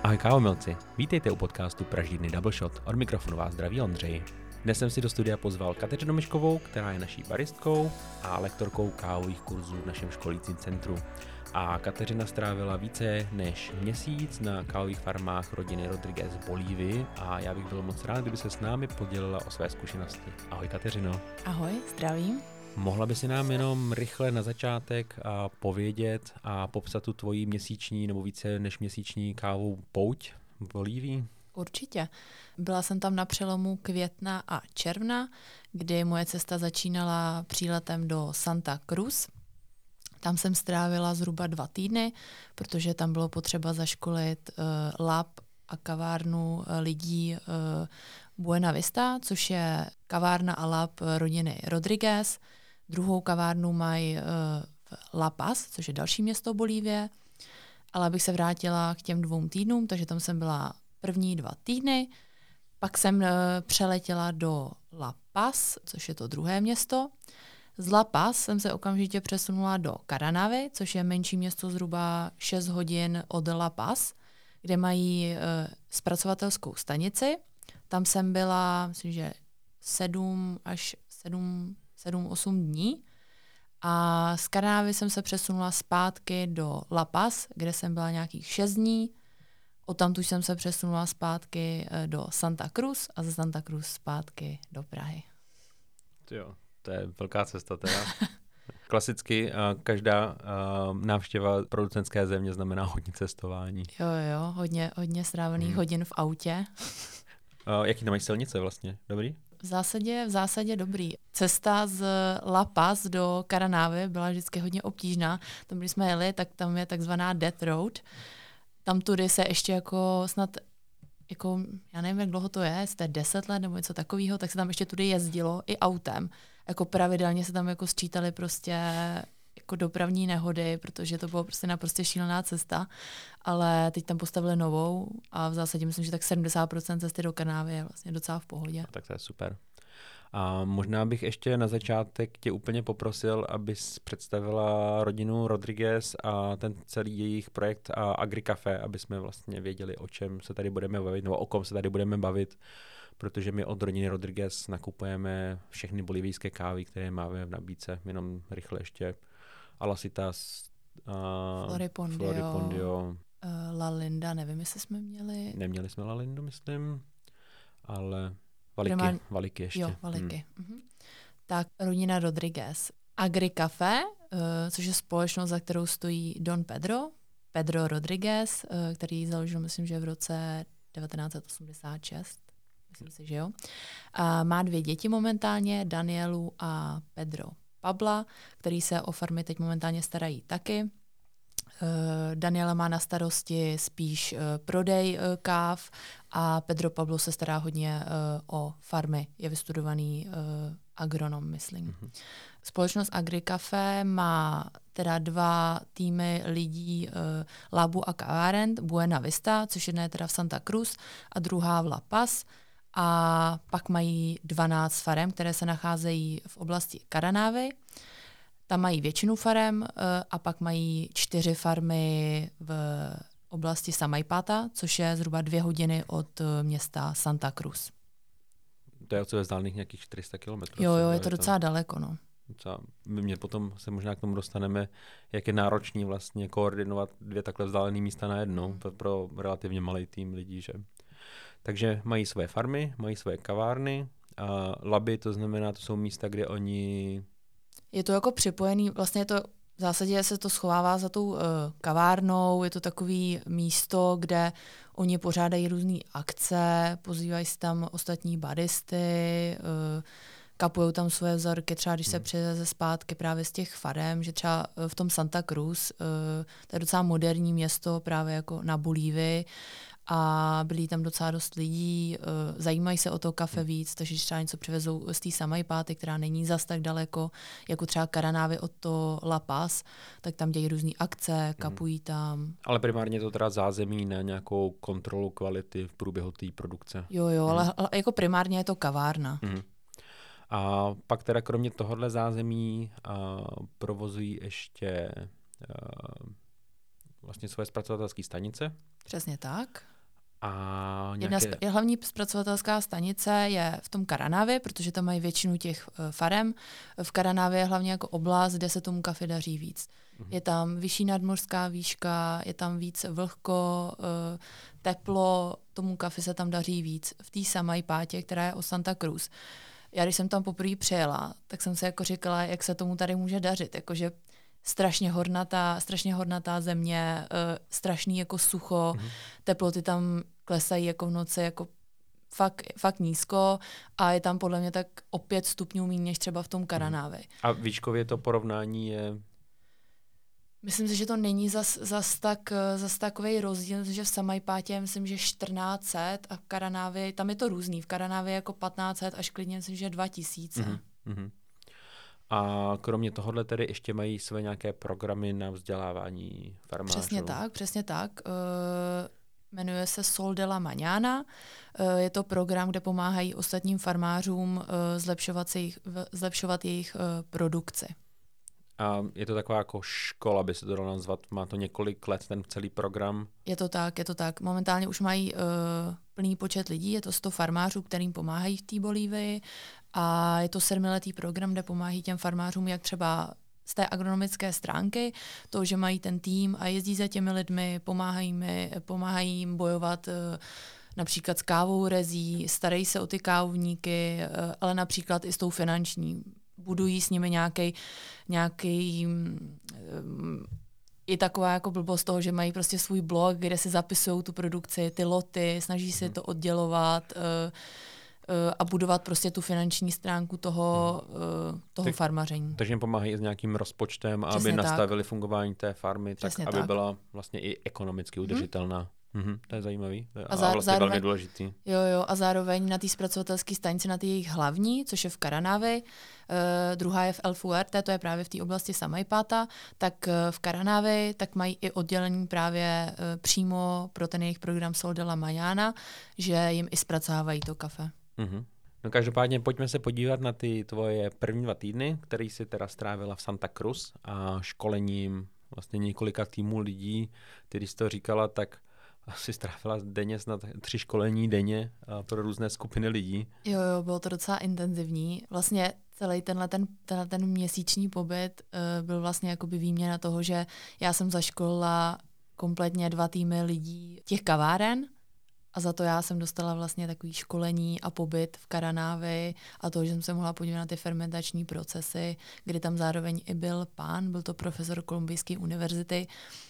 Ahoj kávomilci, vítejte u podcastu Pražírny Double Shot. Od mikrofonu vás zdraví Ondřej. Dnes jsem si do studia pozval Kateřinu Miškovou, která je naší baristkou a lektorkou kávových kurzů v našem školícím centru. A Kateřina strávila více než měsíc na kávových farmách rodiny Rodriguez v Bolívii a já bych byl moc rád, kdyby se s námi podělila o své zkušenosti. Ahoj Kateřino. Ahoj, zdravím. Mohla by si nám jenom rychle na začátek povědět a popsat tu tvoji měsíční nebo více než měsíční kávovou pouť v Bolívii? Určitě. Byla jsem tam na přelomu května a června, kdy moje cesta začínala příletem do Santa Cruz. Tam jsem strávila zhruba 2 týdny, protože tam bylo potřeba zaškolit lab a kavárnu lidí Buena Vista, což je kavárna a lab rodiny Rodriguez. Druhou kavárnu mají v La Paz, což je další město Bolívie. Ale abych se vrátila k těm 2 týdnům, takže tam jsem byla první 2 týdny. Pak jsem přeletěla do La Paz, což je to druhé město. Z La Paz jsem se okamžitě přesunula do Caranavy, což je menší město zhruba 6 hodin od La Paz, kde mají zpracovatelskou stanici. Tam jsem byla, myslím, že 7-8 dní. A z Caranavy jsem se přesunula zpátky do La Paz, kde jsem byla nějakých 6 dní. Odtamtud jsem se přesunula zpátky do Santa Cruz a ze Santa Cruz zpátky do Prahy. Jo, to je velká cesta teda. Klasicky každá návštěva producentské země znamená hodně cestování. Jo, hodně strávených hodin v autě. Jaký tam mají silnice vlastně? Dobrý? V zásadě dobrý. Cesta z La Paz do Caranavy byla vždycky hodně obtížná. Tam, když jsme jeli, tak tam je takzvaná Death Road. Tam tudy se ještě jako snad, jako, já nevím, jak dlouho to je, jestli to je 10 let nebo něco takového, tak se tam ještě tudy jezdilo i autem. Jako pravidelně se tam jako sčítaly prostě jako dopravní nehody, protože to bylo prostě naprosto šílená cesta, ale teď tam postavili novou a v zásadě myslím, že tak 70% cesty do Caranavy je vlastně docela v pohodě. Tak to je super. A možná bych ještě na začátek tě úplně poprosil, abys představila rodinu Rodriguez a ten celý jejich projekt AgriCafé, aby jsme vlastně věděli, o čem se tady budeme bavit, nebo o kom se tady budeme bavit, protože my od rodiny Rodriguez nakupujeme všechny bolivijské kávy, které máme v nabídce, jenom rychle ještě Alacitas, Floripondio, La Linda, nevím, jestli jsme měli. Neměli jsme La Lindu, myslím, ale Valiky ještě. Jo, Valiky. Tak rodina Rodriguez. AgriCafé, což je společnost, za kterou stojí Don Pedro Rodriguez, který založil, myslím, že v roce 1986. Myslím si, že jo. A má 2 děti momentálně, Danielu a Pedro Pabla, který se o farmy teď momentálně starají taky. Daniela má na starosti spíš prodej káv a Pedro Pablo se stará hodně o farmy. Je vystudovaný agronom, myslím. Společnost AgriCafé má teda 2 týmy lidí labu a kaváren, Buena Vista, což jedna je teda v Santa Cruz a druhá v La Paz. A pak mají 12 farem, které se nacházejí v oblasti Caranavy. Tam mají většinu farem a pak mají 4 farmy v oblasti Samaipata, což je zhruba 2 hodiny od města Santa Cruz. To je od sebe vzdálených nějakých 400 kilometrů. Jo, je to docela daleko, no. My potom se možná k tomu dostaneme, jak je náročný vlastně koordinovat 2 takhle vzdálené místa najednou pro relativně malý tým lidí, že? Takže mají své farmy, mají své kavárny a laby, to znamená, to jsou místa, kde oni... Je to jako připojený, vlastně je to, v zásadě se to schovává za tou kavárnou, je to takový místo, kde oni pořádají různé akce, pozývají si tam ostatní baristy, kapujou tam svoje vzorky, třeba když se přijede zpátky právě z těch farem, že třeba v tom Santa Cruz, to je docela moderní město právě jako na Bolívii, a byli tam docela dost lidí, zajímají se o to kafe víc, takže třeba něco přivezou z té Samaipáty, která není zas tak daleko, jako třeba Caranavy od to La Paz, tak tam dějí různý akce, kapují tam. Ale primárně je to teda zázemí na nějakou kontrolu kvality v průběhu té produkce. Jo, ale jako primárně je to kavárna. A pak teda kromě tohohle zázemí provozují ještě vlastně svoje zpracovatelské stanice. Přesně tak. A hlavní zpracovatelská stanice je v tom Karanávě, protože tam mají většinu těch farem. V Karanávě je hlavně jako oblast, kde se tomu kafe daří víc. Je tam vyšší nadmořská výška, je tam víc vlhko, teplo, tomu kafe se tam daří víc. V té Samaipátě, která je o Santa Cruz. Já když jsem tam poprvé přijela, tak jsem se jako říkala, jak se tomu tady může dařit. Jakože strašně hornatá země, strašný jako sucho, teploty tam klesají jako v noci jako fakt nízko a je tam podle mě tak o 5 stupňů méně než třeba v tom Karanávi. A výškově to porovnání je? Myslím si, že to není zas takovej rozdíl, že v Samaipátě myslím, že 1400 a v Karanávi, tam je to různý, v Karanávi jako 1500 až klidně myslím, že 2000. A kromě tohohle tedy ještě mají své nějaké programy na vzdělávání farmářů? Přesně tak. Jmenuje se Sol de la Mañana. Je to program, kde pomáhají ostatním farmářům zlepšovat jejich produkci. A je to taková jako škola, by se to dalo nazvat. Má to několik let ten celý program? Je to tak. Momentálně už mají plný počet lidí, je to 100 farmářů, kterým pomáhají v té Bolívii a je to 7letý program, kde pomáhají těm farmářům, jak třeba z té agronomické stránky, to, že mají ten tým a jezdí za těmi lidmi, pomáhají jim bojovat například s kávou rezí, starají se o ty kávovníky, ale například i s tou finanční. Budují s nimi nějaký i taková jako blbost toho, že mají prostě svůj blog, kde si zapisují tu produkci, ty loty, snaží se to oddělovat a budovat prostě tu finanční stránku toho farmaření. Takže jim pomáhají s nějakým rozpočtem, aby nastavili fungování té farmy, tak aby byla vlastně i ekonomicky udržitelná. To je zajímavý a vlastně zároveň, velmi důležitý. Jo, a zároveň na té zpracovatelské stanici, na té jejich hlavní, což je v Karanávi, druhá je v El Fuerte, to je právě v té oblasti Samaipata, tak v Karanávi tak mají i oddělení právě přímo pro ten jejich program Sol de la Mañana, že jim i zpracovávají to kafe. No každopádně pojďme se podívat na ty tvoje první 2 týdny, který si teda strávila v Santa Cruz a školením vlastně několika týmů lidí. Ty, když jsi to říkala, tak asi strávila denně snad 3 školení denně pro různé skupiny lidí. Jo, bylo to docela intenzivní. Vlastně celý ten měsíční pobyt byl vlastně jakoby výměna toho, že já jsem zaškolila kompletně 2 týmy lidí těch kaváren a za to já jsem dostala vlastně takový školení a pobyt v Karanávi a to, že jsem se mohla podívat na ty fermentační procesy, kdy tam zároveň i byl to profesor Kolumbijské univerzity,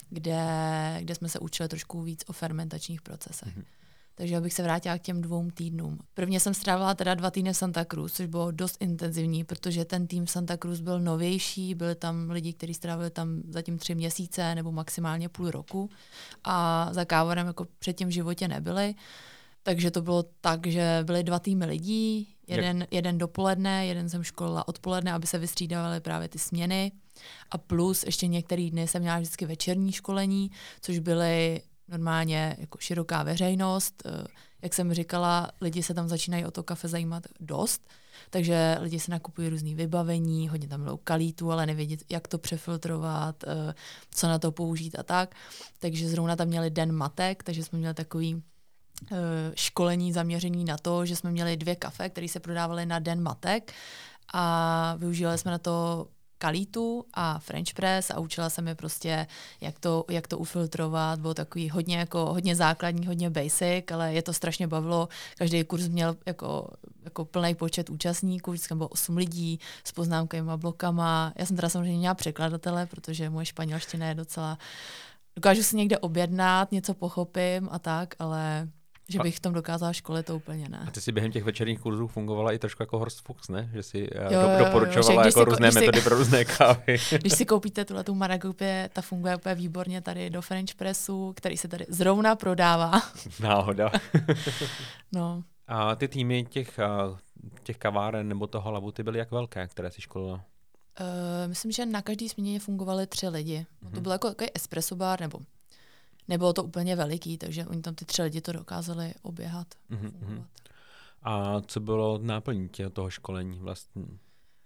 kde jsme se učili trošku víc o fermentačních procesech. Takže abych se vrátila k těm 2 týdnům. Prvně jsem strávila teda 2 týdny v Santa Cruz, což bylo dost intenzivní, protože ten tým v Santa Cruz byl novější, byli tam lidi, kteří strávili tam zatím 3 měsíce nebo maximálně půl roku a za kávorem jako předtím v životě nebyli. Takže to bylo tak, že byly 2 týmy lidí, jeden dopoledne, jeden jsem školila odpoledne, aby se vystřídávaly právě ty směny a plus ještě některý dny jsem měla vždycky večerní školení, což byly normálně jako široká veřejnost. Jak jsem říkala, lidi se tam začínají o to kafe zajímat dost, takže lidi se nakupují různý vybavení, hodně tam bylo kalítů, ale nevědí, jak to přefiltrovat, co na to použít a tak. Takže zrovna tam měli den matek, takže jsme měli takový školení zaměřený na to, že jsme měli 2 kafe, které se prodávaly na den matek a využívali jsme na to kalítu a French press a učila jsem je prostě, jak to ufiltrovat. Bylo takový hodně základní, hodně basic, ale je to strašně bavilo. Každý kurz měl jako plný počet účastníků, vždycky bylo 8 lidí s poznámkovými blokama. Já jsem teda samozřejmě měla překladatele, protože moje španělština je docela... Dokážu si někde objednat, něco pochopím a tak, ale... Že bych v tom dokázala školit, to úplně ne. A ty si během těch večerních kurzů fungovala i trošku jako Horst Fuchs, ne? Že si doporučovala jako různé metody pro různé kávy. Když si koupíte tu Maragupě, ta funguje úplně výborně tady do French pressu, který se tady zrovna prodává. Náhoda. No. A ty týmy těch kaváren nebo toho labu, ty byly jak velké, které si školila? Myslím, že na každý směně fungovaly 3 lidi. To bylo jako espresso bar, nebo nebylo to úplně veliký, takže oni tam ty 3 lidi to dokázali oběhat. A co bylo náplní toho školení vlastně?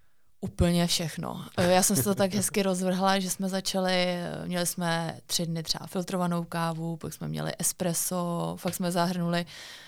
Úplně všechno. Já jsem se to tak hezky rozvrhla, že jsme měli jsme 3 dny třeba filtrovanou kávu, pak jsme měli espresso, fakt jsme zahrnuli.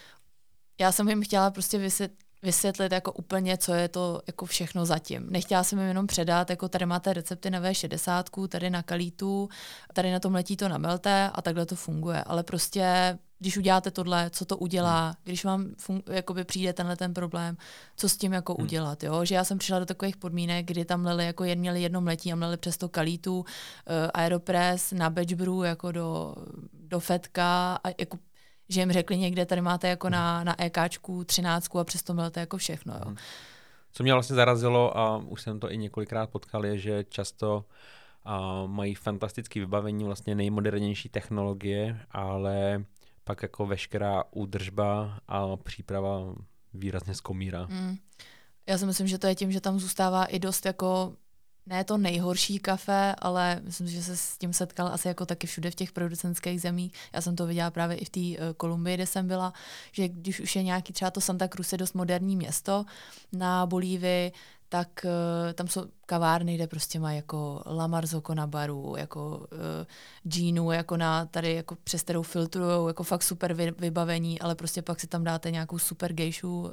Já jsem jim chtěla prostě vysvětlit jako úplně, co je to jako všechno zatím. Nechtěla jsem jim jenom předat, jako tady máte recepty na V60, tady na Kalitu, tady na tom letí to namelte a takhle to funguje. Ale prostě, když uděláte tohle, co to udělá, když vám jakoby přijde ten problém, co s tím jako udělat. Jo? Že já jsem přišla do takových podmínek, kdy tam měli jedno mletí a mleli přes to Kalitu, Aeropress na batch brew jako do fetka a jako že jim řekli někde, tady máte jako na EKčku 13 a přesto mlete jako všechno. Jo. Co mě vlastně zarazilo, a už jsem to i několikrát potkal, je, že často mají fantastické vybavení, vlastně nejmodernější technologie, ale pak jako veškerá údržba a příprava výrazně zkomírá. Já si myslím, že to je tím, že tam zůstává i dost jako ne to nejhorší kafe, ale myslím, že se s tím setkal asi jako taky všude v těch producentských zemích. Já jsem to viděla právě i v té Kolumbii, kde jsem byla, že když už je nějaký třeba to Santa Cruz je dost moderní město na Bolívii, tak tam jsou kavárny, kde prostě mají jako La Marzocco na baru, jako Ginu, jako tady jako přes kterou filtrujou, jako fakt super vybavení, ale prostě pak si tam dáte nějakou super gejšu,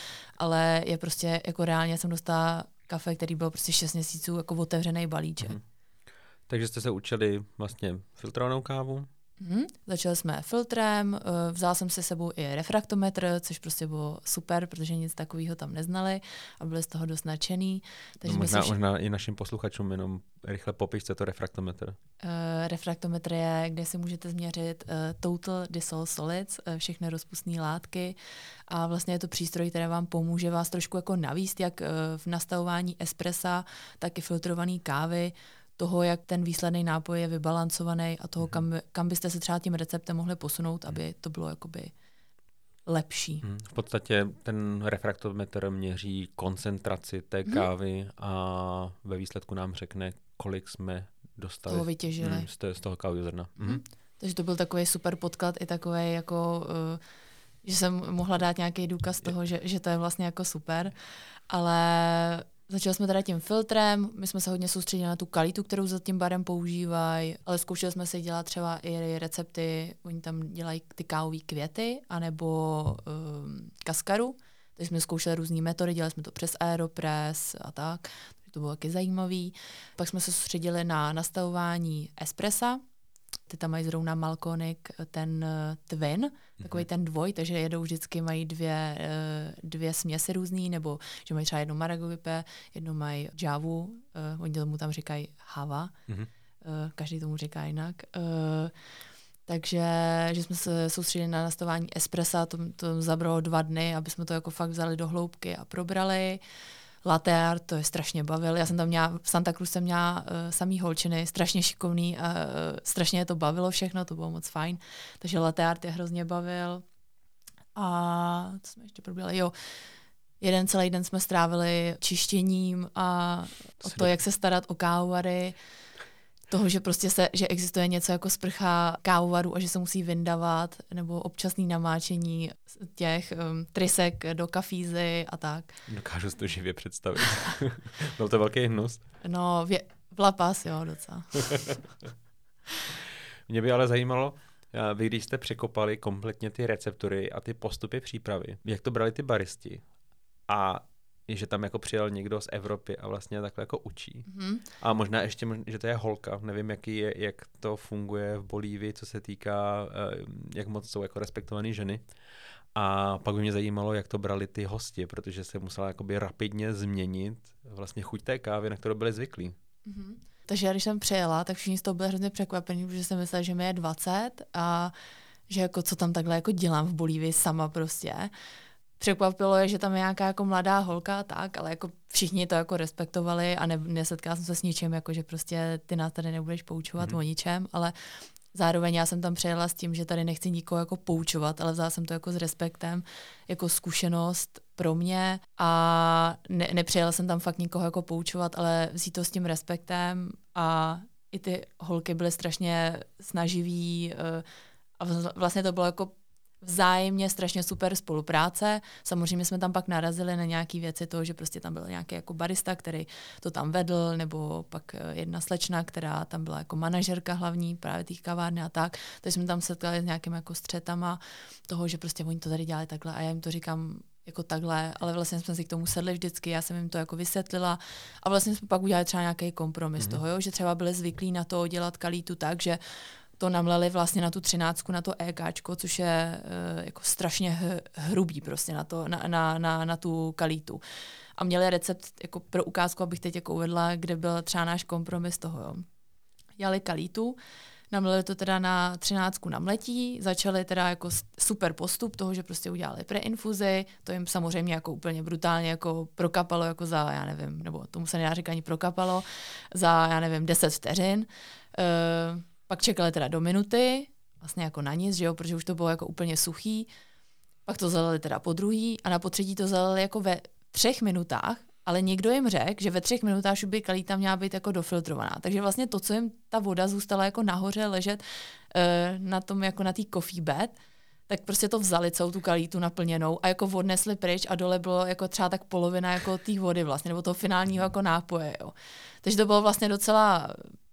ale je prostě jako reálně jsem dostala kafe, který byl prostě 6 měsíců jako otevřený balíček. Takže jste se učili vlastně filtrovanou kávu? Začali jsme filtrem, vzala jsem si sebou i refraktometr, což prostě bylo super, protože nic takového tam neznali a byli z toho dost nadšený. Takže možná i našim posluchačům jenom rychle popiš, co je to refraktometr. Refraktometr je, kde si můžete změřit total dissolved solids, všechny rozpustné látky a vlastně je to přístroj, který vám pomůže vás trošku jako navíst, jak v nastavování espressa, tak i filtrované kávy, toho, jak ten výsledný nápoj je vybalancovaný a toho, kam byste se třeba tím receptem mohli posunout, aby to bylo jakoby lepší. V podstatě ten refraktometr měří koncentraci té kávy a ve výsledku nám řekne, kolik jsme dostali toho vytěžili. Z toho kávového zrna. Takže to byl takový super podklad i takový jako, že jsem mohla dát nějaký důkaz toho, že to je vlastně jako super, ale začali jsme teda tím filtrem, my jsme se hodně soustředili na tu Kalitu, kterou za tím barem používají, ale zkoušeli jsme si dělat třeba i recepty, oni tam dělají ty kávové květy, anebo kaskaru, takže jsme zkoušeli různé metody, dělali jsme to přes Aeropress a tak, to bylo taky zajímavý. Pak jsme se soustředili na nastavování espressa, ty tam mají zrovna Malconic, ten Twin, takový ten dvoj, takže jedou vždycky, mají dvě směsi různý, nebo že mají třeba jednu Maragogipe, jednu mají Javu, oni tomu tam říkají Hava, každý tomu říká jinak. Takže že jsme se soustředili na nastavování espressa, to zabralo 2 dny, aby jsme to jako fakt vzali do hloubky a probrali. Latte art, to je strašně bavil. Já jsem tam měla, v Santa Cruz jsem měla samý holčiny, strašně šikovný a strašně je to bavilo všechno, to bylo moc fajn. Takže latte art je hrozně bavil. A co jsme ještě probrali? Jo, jeden celý den jsme strávili čištěním a o to, jak se starat o kávovary, toho, že prostě že existuje něco jako sprcha kávovaru a že se musí vyndavat, nebo občasný namáčení těch trysek do kafízy a tak. Dokážu si to živě představit. Byl to velký hnus? No, vlapas, jo, docela. Mě by ale zajímalo, vy když jste překopali kompletně ty receptury a ty postupy přípravy, jak to brali ty baristi? A že tam jako přijel někdo z Evropy a vlastně takhle jako učí. A možná ještě, že to je holka, nevím, jak to funguje v Bolívii, co se týká, jak moc jsou jako respektované ženy. A pak by mě zajímalo, jak to brali ty hosti, protože se musela jakoby rapidně změnit vlastně chuť té kávy, na kterou byli zvyklí. Takže já, když jsem přijela, tak všichni z toho byli hrozně překvapení, protože jsem myslela, že mi je 20 a že jako co tam takhle jako dělám v Bolívii sama prostě. Překvapilo je, že tam je nějaká jako mladá holka a tak, ale jako všichni to jako respektovali a nesetkala jsem se s ničím, jako že prostě ty nás tady nebudeš poučovat o ničem, ale zároveň já jsem tam přejela s tím, že tady nechci nikoho jako poučovat, ale vzala jsem to jako s respektem, jako zkušenost pro mě a nepřejela jsem tam fakt nikoho jako poučovat, ale vzít to s tím respektem a i ty holky byly strašně snaživý a vlastně to bylo jako vzájemně strašně super spolupráce. Samozřejmě jsme tam pak narazili na nějaké věci toho, že prostě tam byl nějaký jako barista, který to tam vedl, nebo pak jedna slečna, která tam byla jako manažerka hlavní právě těch kavárny a tak. Takže jsme tam setkali s nějakým jako střetama toho, že prostě oni to tady dělali takhle a já jim to říkám jako takhle, ale vlastně jsme si k tomu sedli vždycky, já jsem jim to jako vysvětlila a vlastně jsme pak udělali třeba nějaký kompromis toho, jo, že třeba byli zvyklí na to dělat kalítu tak, že to namleli vlastně na tu 13, na to EKčko, což je jako strašně hrubý prostě na tu kalítu. A měli recept jako pro ukázku, abych teď jako uvedla, kde byl třeba náš kompromis toho. Jo. Dělali kalítu, namleli to teda na 13 na mletí, začali teda jako super postup toho, že prostě udělali preinfuzi, to jim samozřejmě jako úplně brutálně jako prokapalo jako za, já nevím, nebo tomu se nedá říkat ani prokapalo, za, já nevím, 10 vteřin. Pak čekali teda do minuty, vlastně jako na nic, že jo, protože už to bylo jako úplně suchý. Pak to zalili teda po druhý a na potřetí to zalili jako ve 3 minutách, ale někdo jim řekl, že ve 3 minutách už by kalíta měla být jako dofiltrovaná. Takže vlastně to, co jim ta voda zůstala jako nahoře ležet na tom jako na té coffee bed, tak prostě to vzali celou tu kalítu naplněnou a jako odnesli pryč a dole bylo jako třeba tak polovina jako té vody vlastně, nebo toho finálního jako nápoje, jo. Takže to bylo vlastně docela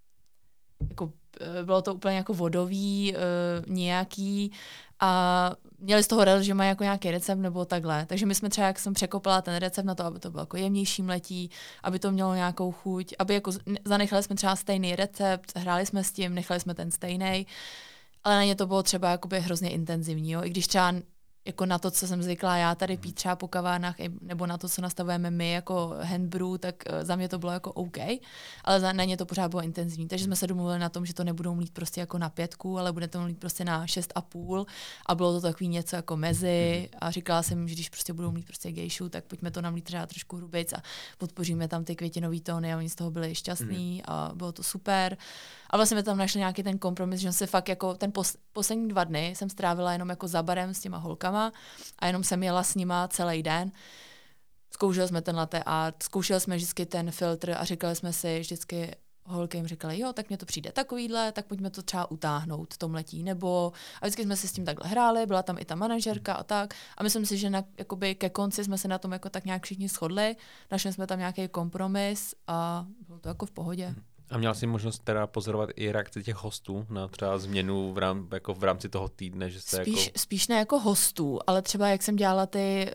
jako bylo to úplně jako vodový, nějaký a měli z toho rel, že mají jako nějaký recept nebo takhle. Takže my jsme třeba, jak jsem překopala ten recept na to, aby to bylo jako jemnější mletí, aby to mělo nějakou chuť, aby jako zanechali jsme třeba stejný recept, hráli jsme s tím, nechali jsme ten stejný, ale na ně to bylo třeba jakoby hrozně intenzivní, jo? I když třeba jako na to, co jsem zvykla já tady pít třeba po kavárnách, nebo na to, co nastavujeme my jako handbrew, tak za mě to bylo jako OK, ale na ně to pořád bylo intenzivní. Takže jsme se domluvili na tom, že to nebudou mít prostě jako na 5, ale bude to mít prostě na 6,5 a bylo to takový něco jako mezi a říkala jsem, že když prostě budou mít prostě gejšu, tak pojďme to namlít třeba trošku hrubějc a podpoříme tam ty květinový tóny a oni z toho byli šťastní a bylo to super. A vlastně jsme tam našli nějaký ten kompromis, že se fakt jako ten poslední 2 dny jsem strávila jenom jako za barem s těma holkama a jenom jsem jela s nima celý den. Zkoušeli jsme ten latte art, zkoušeli jsme vždycky ten filtr a říkali jsme si vždycky, holky jim říkali, jo, tak mně to přijde takovýhle, tak pojďme to třeba utáhnout v tom letí, nebo a vždycky jsme si s tím takhle hráli, byla tam i ta manažerka a tak a myslím si, že jakoby ke konci jsme se na tom jako tak nějak všichni shodli, našli jsme tam nějaký kompromis a bylo to jako v pohodě. A měl jsi možnost teda pozorovat i reakci těch hostů na třeba změnu v rámci toho týdne, že se spíš ne jako hostů, ale třeba jak jsem dělala ty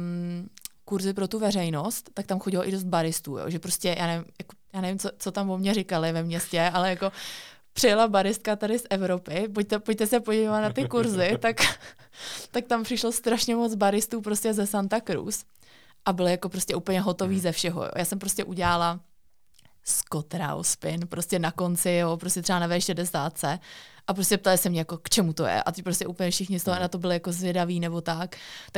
kurzy pro tu veřejnost, tak tam chodilo i dost baristů, jo? Že prostě, já nevím co tam o mě říkali ve městě, ale jako přijela baristka tady z Evropy, pojďte se podívat na ty kurzy, tak tam přišlo strašně moc baristů prostě ze Santa Cruz a byli jako prostě úplně hotoví ze všeho. Jo? Já jsem prostě udělala Scott Rouse spin, prostě na konci, jo, prostě třeba na V60 a prostě ptali se mě jako, k čemu to je a ty prostě úplně všichni z toho na to byli jako zvědaví nebo tak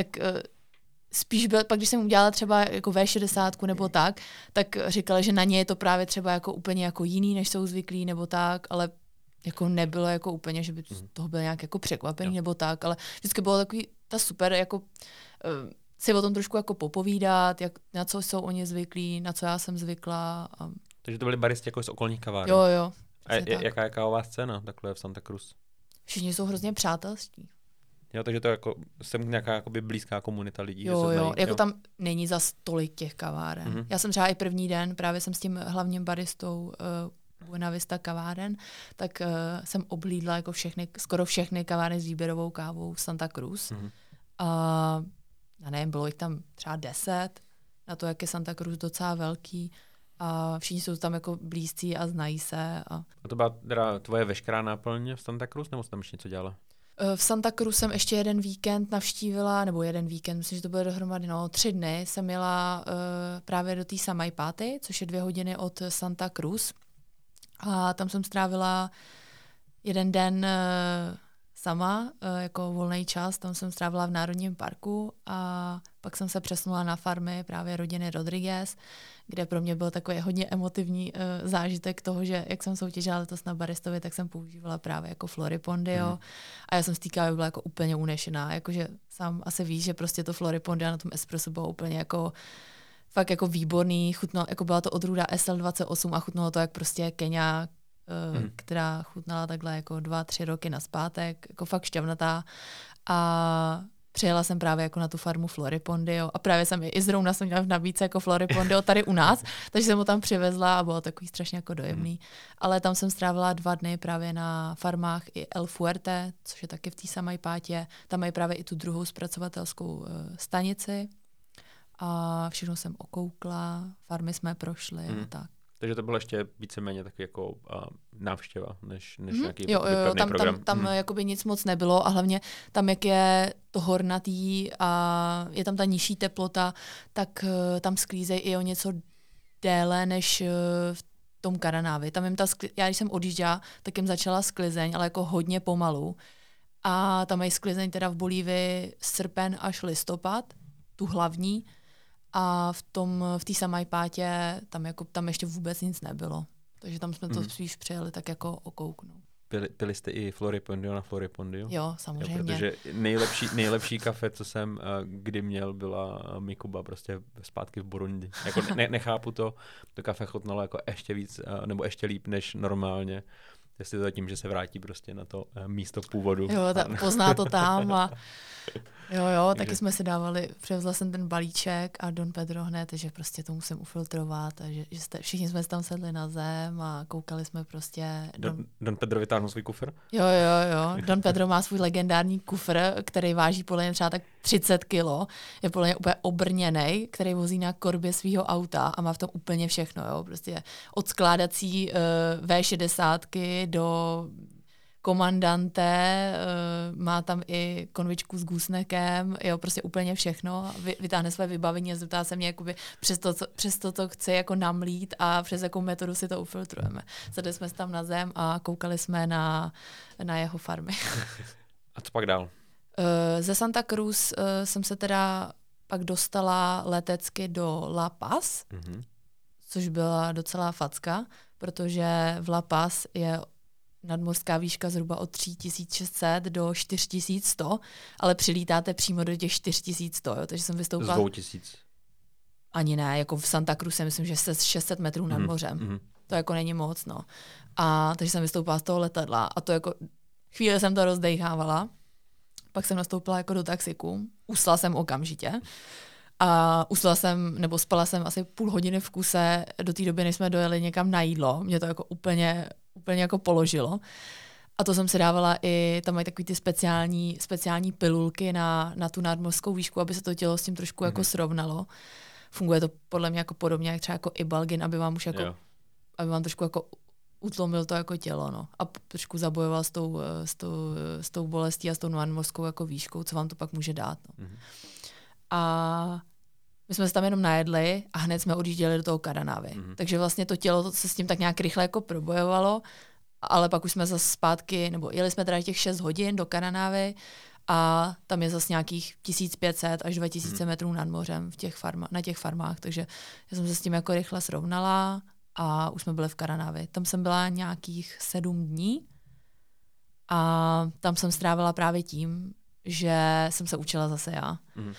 spíš byl, pak když jsem udělala třeba jako V60 nebo tak říkali, že na ně je to právě třeba jako úplně jako jiný, než jsou zvyklí nebo tak, ale jako nebylo jako úplně, že by toho byl nějak jako překvapený nebo tak, ale vždycky bylo takový ta super jako si o tom trošku jako popovídat, na co jsou oni zvyklí, na co já jsem zvykla. Takže to byli baristi jako z okolních kaváren. Jo. A jaká je kávová scéna takhle v Santa Cruz? Všichni jsou hrozně přátelští. Jo, takže to jako jsem nějaká jakoby blízká komunita lidí. Jo, jako tam není zas tolik těch kaváren. Já jsem třeba i první den, právě jsem s tím hlavním baristou Buena Vista kaváren, tak jsem oblídla jako skoro všechny kavárny s výběrovou kávou v Santa Cruz. A já nevím, bylo jich tam třeba 10, na to, jak je Santa Cruz docela velký. A všichni jsou tam jako blízcí a znají se. A to byla teda tvoje veškerá náplň v Santa Cruz, nebo jsi tam ještě něco dělala? V Santa Cruz jsem ještě jeden víkend navštívila, nebo myslím, že to bylo dohromady 3 dny, jsem jela právě do té Samaipáty, což je 2 hodiny od Santa Cruz. A tam jsem strávila 1 den sama, jako volný čas, tam jsem strávila v Národním parku a pak jsem se přesunula na farmy právě rodiny Rodriguez, kde pro mě byl takový hodně emotivní zážitek toho, že jak jsem soutěžila letos na baristovi, tak jsem používala právě jako Floripondio a já jsem z té kávy byla jako úplně unešená, jakože sám asi víš, že prostě to Floripondio na tom espresso bylo úplně jako fakt jako výborný, chutnalo, jako byla to odrůda SL28 a chutnalo to jak prostě Kenia, která chutnala takhle jako 2-3 roky nazpátek, jako fakt šťavnatá. a přijela jsem právě jako na tu farmu Floripondio a právě jsem i zrovna jsem měla v nabídce jako Floripondio tady u nás, takže jsem ho tam přivezla a bylo takový strašně jako dojemný. Ale tam jsem strávila 2 dny právě na farmách i El Fuerte, což je taky v té Samaipátě. Tam mají právě i tu druhou zpracovatelskou stanici a všechno jsem okoukla, farmy jsme prošli a tak. Takže to bylo ještě víceméně takový jako návštěva, než nějaký jo, program. Tam jakoby nic moc nebylo a hlavně tam, jak je to hornatý a je tam ta nižší teplota, tak tam sklízejí i o něco déle než v tom Karanávi. Tam já když jsem odjížděla, tak jim začala sklizeň, ale jako hodně pomalu. A tam mají sklizeň teda v Bolívii srpen až listopad, tu hlavní. A v té Samaipátě tam ještě vůbec nic nebylo. Takže tam jsme to spíš přijeli tak jako okouknout. Pili jste i Floripondio na Floripondio? Jo, samozřejmě. Jo, protože nejlepší kafe, co jsem kdy měl, byla Mikuba, prostě zpátky v Burundi. Jako nechápu to kafe chutnalo jako ještě víc, nebo ještě líp než normálně. Jestli to je tím, že se vrátí prostě na to místo původu. Jo, pozná to tam a jo, taky jsme si dávali, převzala jsem ten balíček a Don Pedro hned, že prostě to musím ufiltrovat a že všichni jsme tam sedli na zem a koukali jsme prostě. Don Pedro vytáhnul svůj kufr? Jo. Don Pedro má svůj legendární kufr, který váží podle mě třeba tak 30 kilo. Je podle mě úplně obrněnej, který vozí na korbě svého auta a má v tom úplně všechno. Jo? Prostě od skládací V60 do komandante, má tam i konvičku s gusnekem, jo, prostě úplně všechno. Vytáhne své vybavení a zeptá se mě jakoby přes to, co chce jako namlít a přes jakou metodu si to ufiltrujeme. Sedli jsme tam na zem a koukali jsme na jeho farmy. A co pak dál? Ze Santa Cruz jsem se teda pak dostala letecky do La Paz, což byla docela facka, protože v La Paz je nadmořská výška zhruba od 3600 do 4100, ale přilítáte přímo do těch 4100, jo, takže jsem vystoupila. Z 2000? Ani ne, jako v Santa Cruz si myslím, že se 600 metrů nad mořem. To jako není moc, no. A takže jsem vystoupila z toho letadla a to jako chvíli jsem to rozdejchávala, pak jsem nastoupila jako do taxiku, usla jsem okamžitě a spala jsem asi půl hodiny v kuse do té doby, než jsme dojeli někam na jídlo. Mě to jako úplně jako položilo. A to jsem si dávala i, tam mají takový ty speciální pilulky na tu nadmořskou výšku, aby se to tělo s tím trošku jako srovnalo. Funguje to podle mě jako podobně, jak třeba jako Ibalgin, aby vám trošku jako utlomil to jako tělo, no. A trošku zabojoval s tou bolestí a s tou nadmořskou jako výškou, co vám to pak může dát, no. A my jsme se tam jenom najedli a hned jsme odjížděli do toho Karanávy. Takže vlastně to tělo se s tím tak nějak rychle jako probojovalo, ale pak už jsme zase zpátky, nebo jeli jsme teda těch 6 hodin do Karanávy a tam je zase nějakých 1500 až 2000 metrů nad mořem na těch farmách, takže já jsem se s tím jako rychle srovnala a už jsme byli v Karanávy. Tam jsem byla nějakých 7 dní a tam jsem strávila právě tím, že jsem se učila zase já.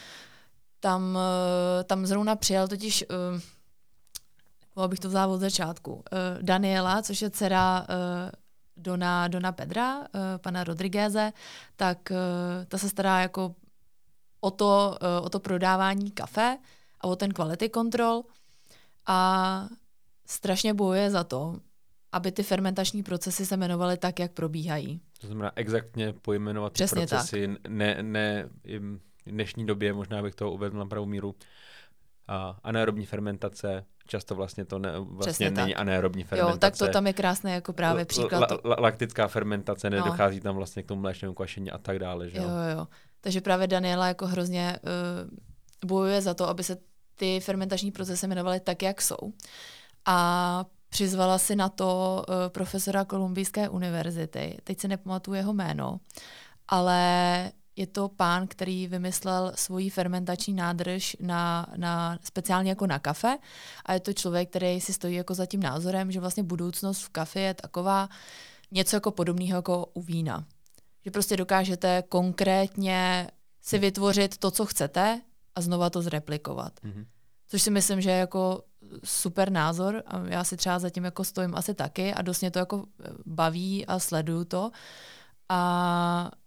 Tam zrovna přijel totiž, abych to vzala od začátku, Daniela, což je dcera Dona Pedra, pana Rodrigueze, tak ta se stará jako o to prodávání kafe a o ten quality control a strašně bojuje za to, aby ty fermentační procesy se jmenovaly tak, jak probíhají. To znamená exaktně pojmenovat ty procesy, ne v dnešní době, možná bych to uvedl na pravou míru, anaerobní fermentace, často vlastně to není anaerobní fermentace. Jo, tak to tam je krásné jako právě příklad. Laktická fermentace, nedochází tam vlastně k tomu mléčnému kvašení a tak dále. Že? Jo. Takže právě Daniela jako hrozně bojuje za to, aby se ty fermentační procesy jmenovaly tak, jak jsou. A přizvala si na to profesora Kolumbijské univerzity. Teď se nepamatuju jeho jméno, ale je to pán, který vymyslel svoji fermentační nádrž speciálně jako na kafe a je to člověk, který si stojí jako za tím názorem, že vlastně budoucnost v kafe je taková něco jako podobného jako u vína. Že prostě dokážete konkrétně si vytvořit to, co chcete a znova to zreplikovat. Což si myslím, že je jako super názor a já si třeba zatím jako stojím asi taky a dost mě to jako baví a sleduju to. A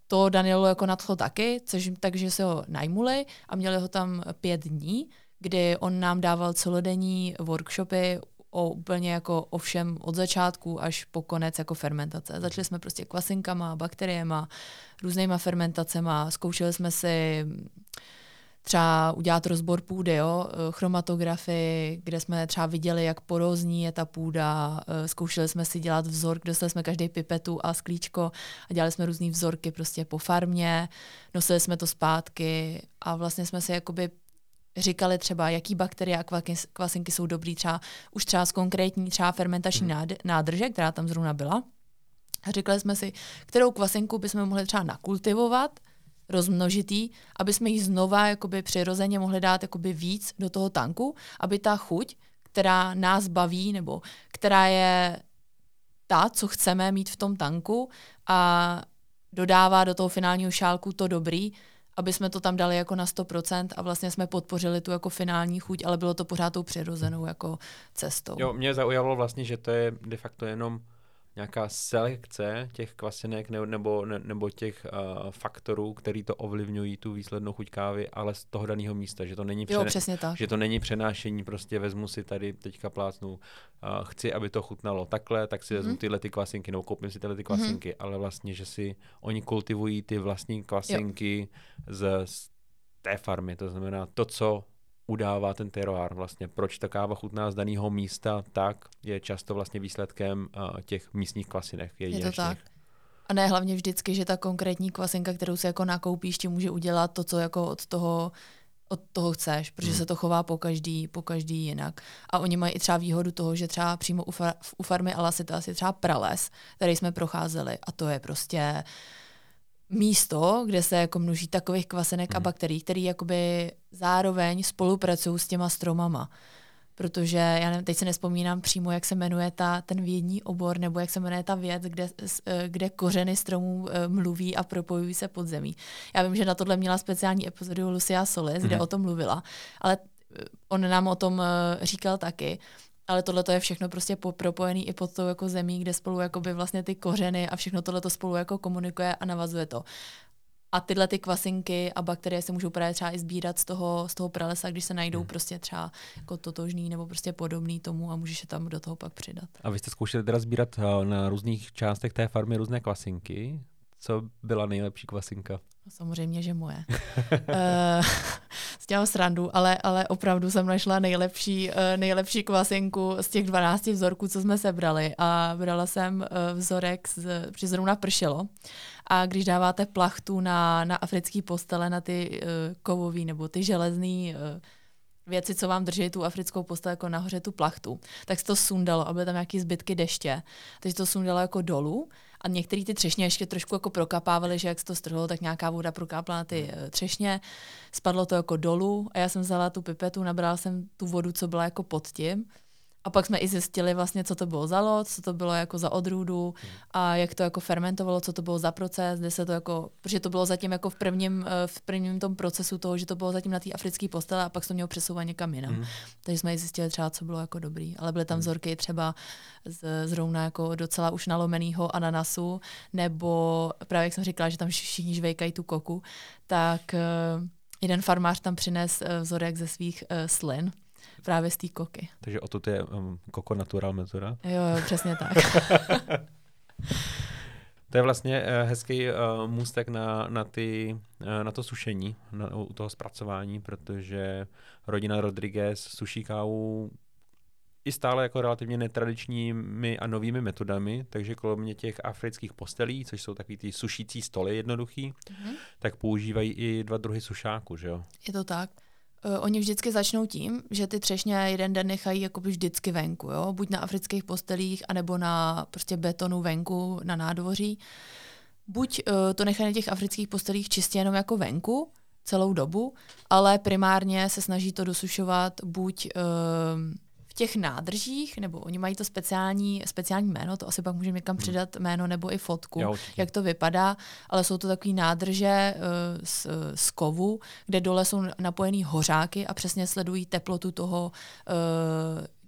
to Danielu jako nadchlo taky, takže se ho najmuli a měli ho tam 5 dní, kdy on nám dával celodenní workshopy o úplně jako o všem od začátku až po konec jako fermentace. Začali jsme prostě kvasinkama, bakteriema, různýma fermentacema, zkoušeli jsme si třeba udělat rozbor půdy, jo? Chromatografii, kde jsme třeba viděli, jak porózní je ta půda, zkoušeli jsme si dělat vzor, dostali jsme každý pipetu a sklíčko a dělali jsme různý vzorky prostě po farmě, nosili jsme to zpátky a vlastně jsme si jakoby říkali třeba, jaký bakterie a kvasinky jsou dobrý třeba z konkrétní třeba fermentační nádrže, která tam zrovna byla. A říkali jsme si, kterou kvasinku bychom mohli třeba nakultivovat, rozmnožitý, aby jsme ji znova jakoby přirozeně mohli dát jakoby víc do toho tanku, aby ta chuť, která nás baví, nebo která je ta, co chceme mít v tom tanku a dodává do toho finálního šálku to dobrý, aby jsme to tam dali jako na 100% a vlastně jsme podpořili tu jako finální chuť, ale bylo to pořád tou přirozenou jako cestou. Jo, mě zaujalo vlastně, že to je de facto jenom nějaká selekce těch kvasinek nebo těch faktorů, který to ovlivňují tu výslednou chuť kávy, ale z toho daného místa, že to není přesně tak. Že to není přenášení, prostě vezmu si tady teďka plácnu, chci, aby to chutnalo takhle, tak si vezmu tyhle ty kvasinky, nebo koupím si tyhle ty kvasinky, ale vlastně, že si oni kultivují ty vlastní kvasinky z té farmy, to znamená to, co udává ten terroir vlastně. Proč ta káva chutná z daného místa, tak je často vlastně výsledkem těch místních kvasinek. Je to tak. A ne hlavně vždycky, že ta konkrétní kvasinka, kterou si jako nakoupíš, ti může udělat to, co jako od toho chceš, protože se to chová po každý jinak. A oni mají i třeba výhodu toho, že třeba přímo u farmy Alasitas je třeba prales, který jsme procházeli a to je prostě místo, kde se jako množí takových kvasinek a bakterií, které jakoby zároveň spolupracují s těma stromama. Protože já nevím, teď se nespomínám přímo, jak se jmenuje ten vědní obor, nebo jak se jmenuje ta věc, kde kořeny stromů mluví a propojují se pod zemí. Já vím, že na tohle měla speciální epizodu Lucia Solis, kde o tom mluvila, ale on nám o tom říkal taky. Ale tohle je všechno prostě propojený i pod tou jako zemí, kde spolu jakoby vlastně ty kořeny a všechno tohle spolu jako komunikuje a navazuje to. A tyhle ty kvasinky a bakterie se můžou právě třeba i sbírat z toho pralesa, když se najdou prostě třeba jako totožný nebo prostě podobný tomu a můžeš je tam do toho pak přidat. A vy jste zkoušeli teda sbírat na různých částech té farmy různé kvasinky? Co byla nejlepší kvasinka? Samozřejmě, že moje. Dělám srandu, ale opravdu jsem našla nejlepší kvasinku z těch 12 vzorků, co jsme sebrali. A brala jsem vzorek, protože zrovna pršelo. A když dáváte plachtu na africký postele, na ty kovový nebo ty železný věci, co vám drží tu africkou postel jako nahoře tu plachtu, tak se to sundalo a byly tam nějaký zbytky deště. Takže to sundalo jako dolů a některé ty třešně ještě trošku jako prokapávaly, že jak se to strhlo, tak nějaká voda prokápla na ty třešně. Spadlo to jako dolů a já jsem vzala tu pipetu, nabrala jsem tu vodu, co byla jako pod tím. A pak jsme i zjistili vlastně, co to bylo za loď, co to bylo jako za odrůdu a jak to jako fermentovalo, co to bylo za proces, kde se to jako, protože to bylo zatím jako v prvním tom procesu toho, že to bylo zatím na té africké postele a pak se to mělo přesouvat někam jinam. Takže jsme i zjistili třeba, co bylo jako dobrý. Ale byly tam vzorky třeba zrovna jako docela už nalomenýho ananasu, nebo právě jak jsem říkala, že tam všichni žvejkají tu koku, tak jeden farmář tam přines vzorek ze svých slin. Právě z té koky. Takže o to je Coco Natural metoda? Jo, přesně tak. To je vlastně hezký můstek na to sušení, u toho zpracování, protože rodina Rodriguez suší kávu i stále jako relativně netradičními a novými metodami, takže kromě těch afrických postelí, což jsou takový ty sušící stoly jednoduchý, tak používají i 2 druhy sušáku, že jo? Je to tak. Oni vždycky začnou tím, že ty třešně jeden den nechají jakoby vždycky venku, jo? Buď na afrických postelích, anebo na prostě betonu venku na nádvoří. Buď to nechají na těch afrických postelích čistě jenom jako venku celou dobu, ale primárně se snaží to dosušovat buď v těch nádržích, nebo oni mají to speciální jméno, to asi pak můžeme někam přidat jméno nebo i fotku, jak to vypadá, ale jsou to takový nádrže z kovu, kde dole jsou napojený hořáky a přesně sledují teplotu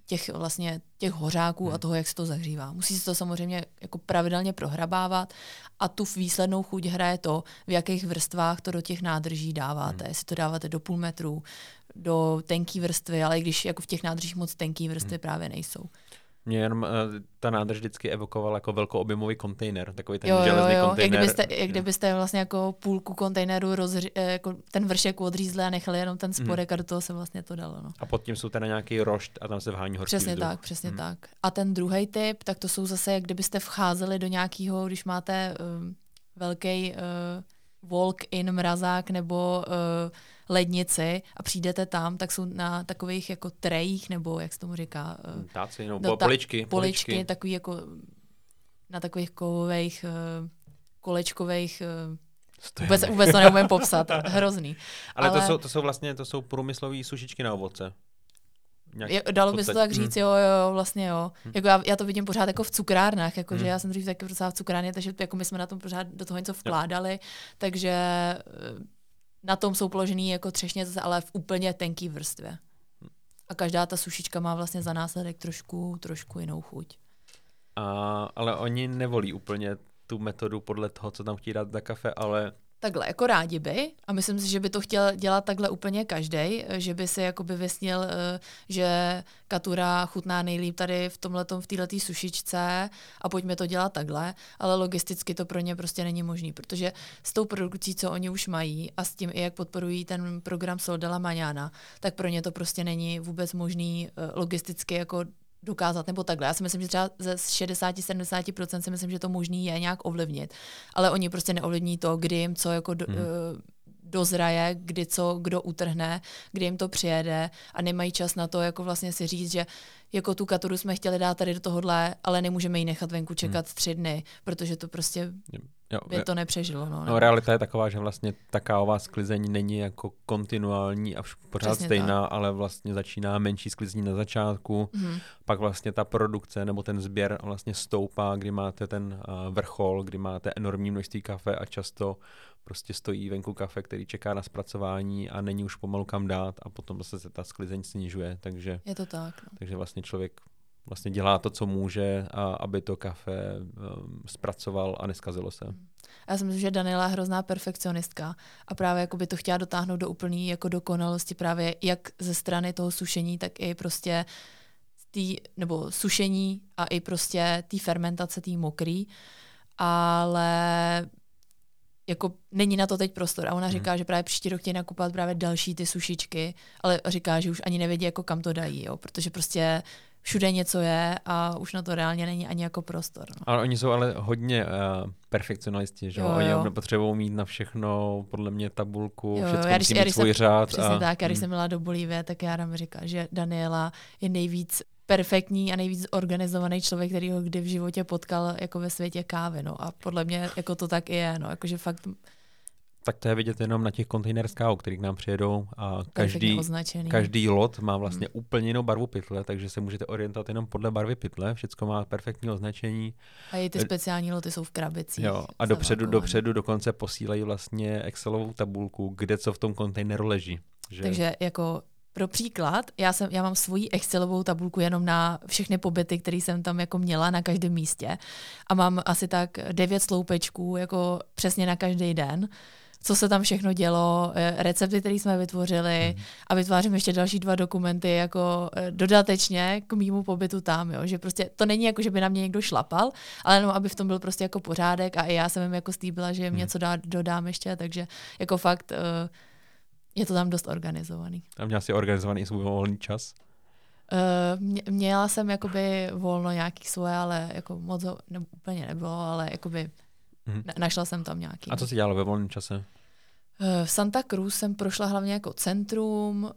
těch hořáků a toho, jak se to zahřívá. Musí se to samozřejmě jako pravidelně prohrabávat a tu výslednou chuť hraje to, v jakých vrstvách to do těch nádrží dáváte. Jestli to dáváte do půl metru, do tenký vrstvy, ale i když jako v těch nádržích moc tenký vrstvy právě nejsou. Mě jenom ta nádrž vždycky evokovala jako velkoobjemový kontejner, takový ten železný kontejner. Jak kdybyste vlastně jako půlku kontejneru jako ten vršek odřízli a nechali jenom ten spodek a do toho se vlastně to dalo. No. A pod tím jsou teda nějaký rošt a tam se vhání horský vzduch. Přesně tak. A ten druhý typ, tak to jsou zase, jak kdybyste vcházeli do nějakého, když máte velký walk-in mrazák nebo lednici a přijdete tam, tak jsou na takových jako trejích, nebo jak se tomu říká? Táci, poličky, takový jako na takových kovových, kolečkových vůbec to neumím popsat, hrozný. Ale to jsou průmyslové sušičky na ovoce. Dalo by se to tak říct, jo, vlastně jo. Jako já to vidím pořád jako v cukrárnách, jakože já jsem dřív taky v cukrárně, takže jako my jsme na tom pořád do toho něco vkládali, takže na tom jsou položený jako třešně zase, ale v úplně tenký vrstvě. A každá ta sušička má vlastně za následek trošku jinou chuť. Ale oni nevolí úplně tu metodu podle toho, co tam chtějí dát za kafe, ale takhle, jako rádi by, a myslím si, že by to chtěl dělat takhle úplně každej, že by si jakoby vysnil, že Katura chutná nejlíp tady v této sušičce a pojďme to dělat takhle, ale logisticky to pro ně prostě není možný, protože s tou produkcí, co oni už mají a s tím i jak podporují ten program Sol de la Mañana, tak pro ně to prostě není vůbec možný logisticky jako dokázat, nebo takhle. Já si myslím, že třeba ze 60-70% si myslím, že to možný je nějak ovlivnit, ale oni prostě neovlivní to, kdy jim co jako dozraje, kdy co kdo utrhne, kdy jim to přijede a nemají čas na to jako vlastně si říct, že jako tu Katuru jsme chtěli dát tady do tohohle, ale nemůžeme ji nechat venku čekat 3 dny, protože to prostě by to nepřežilo. No, realita je taková, že vlastně ta kávová sklizeň není jako kontinuální a pořád přesně stejná, tak. Ale vlastně začíná menší sklizní na začátku, pak vlastně ta produkce nebo ten sběr vlastně stoupá, kdy máte ten vrchol, kdy máte enormní množství kafe a často prostě stojí venku kafe, který čeká na zpracování a není už pomalu kam dát a potom se ta sklizeň snižuje, takže je to tak. No. Takže vlastně člověk vlastně dělá to, co může, aby to kafe zpracoval a neskazilo se. Já si myslím, že Daniela je hrozná perfekcionistka a právě jako by to chtěla dotáhnout do úplný jako dokonalosti právě jak ze strany toho sušení, tak i prostě nebo sušení a i prostě té fermentace, té mokrý, ale jako není na to teď prostor. A ona říká, že právě příští rok chtějí nakupovat právě další ty sušičky, ale říká, že už ani nevědí, jako kam to dají, jo, protože prostě všude něco je a už na to reálně není ani jako prostor. No. Ale oni jsou ale hodně perfekcionisti, že oni potřebují mít na všechno, podle mě tabulku, všechno musí mít svůj řád. Přesně tak, když jsem byla do Bolívie, tak Jára mi říká, že Daniela je nejvíc perfektní a nejvíc organizovaný člověk, který ho kdy v životě potkal jako ve světě kávy. No. A podle mě jako to tak i je. No. Jakože fakt tak to je vidět jenom na těch kontejnerech káv, který k nám přijedou a každý lot má vlastně úplně jinou barvu pytle, takže se můžete orientovat jenom podle barvy pytle, všecko má perfektní označení. A i ty speciální loty jsou v krabicích. Jo, a dopředu dokonce posílají vlastně Excelovou tabulku, kde co v tom kontejneru leží. Že? Takže jako pro příklad, já mám svoji Excelovou tabulku jenom na všechny pobyty, které jsem tam jako měla na každém místě a mám asi tak 9 sloupečků jako přesně na každý den, co se tam všechno dělo, recepty, které jsme vytvořili a vytvářím ještě další 2 dokumenty jako dodatečně k mému pobytu tam, jo? Že prostě to není jako, že by na mě někdo šlapal, ale jenom aby v tom byl prostě jako pořádek a i já jsem jim jako slíbila, že jim něco dodám ještě, takže jako fakt je to tam dost organizovaný. A měla jsi organizovaný svůj volný čas? Měla jsem jakoby volno nějaký svoje, ale jako moc úplně nebylo, ale jakoby našla jsem tam nějaký. A co jsi dělala ve volném čase? V Santa Cruz jsem prošla hlavně jako centrum,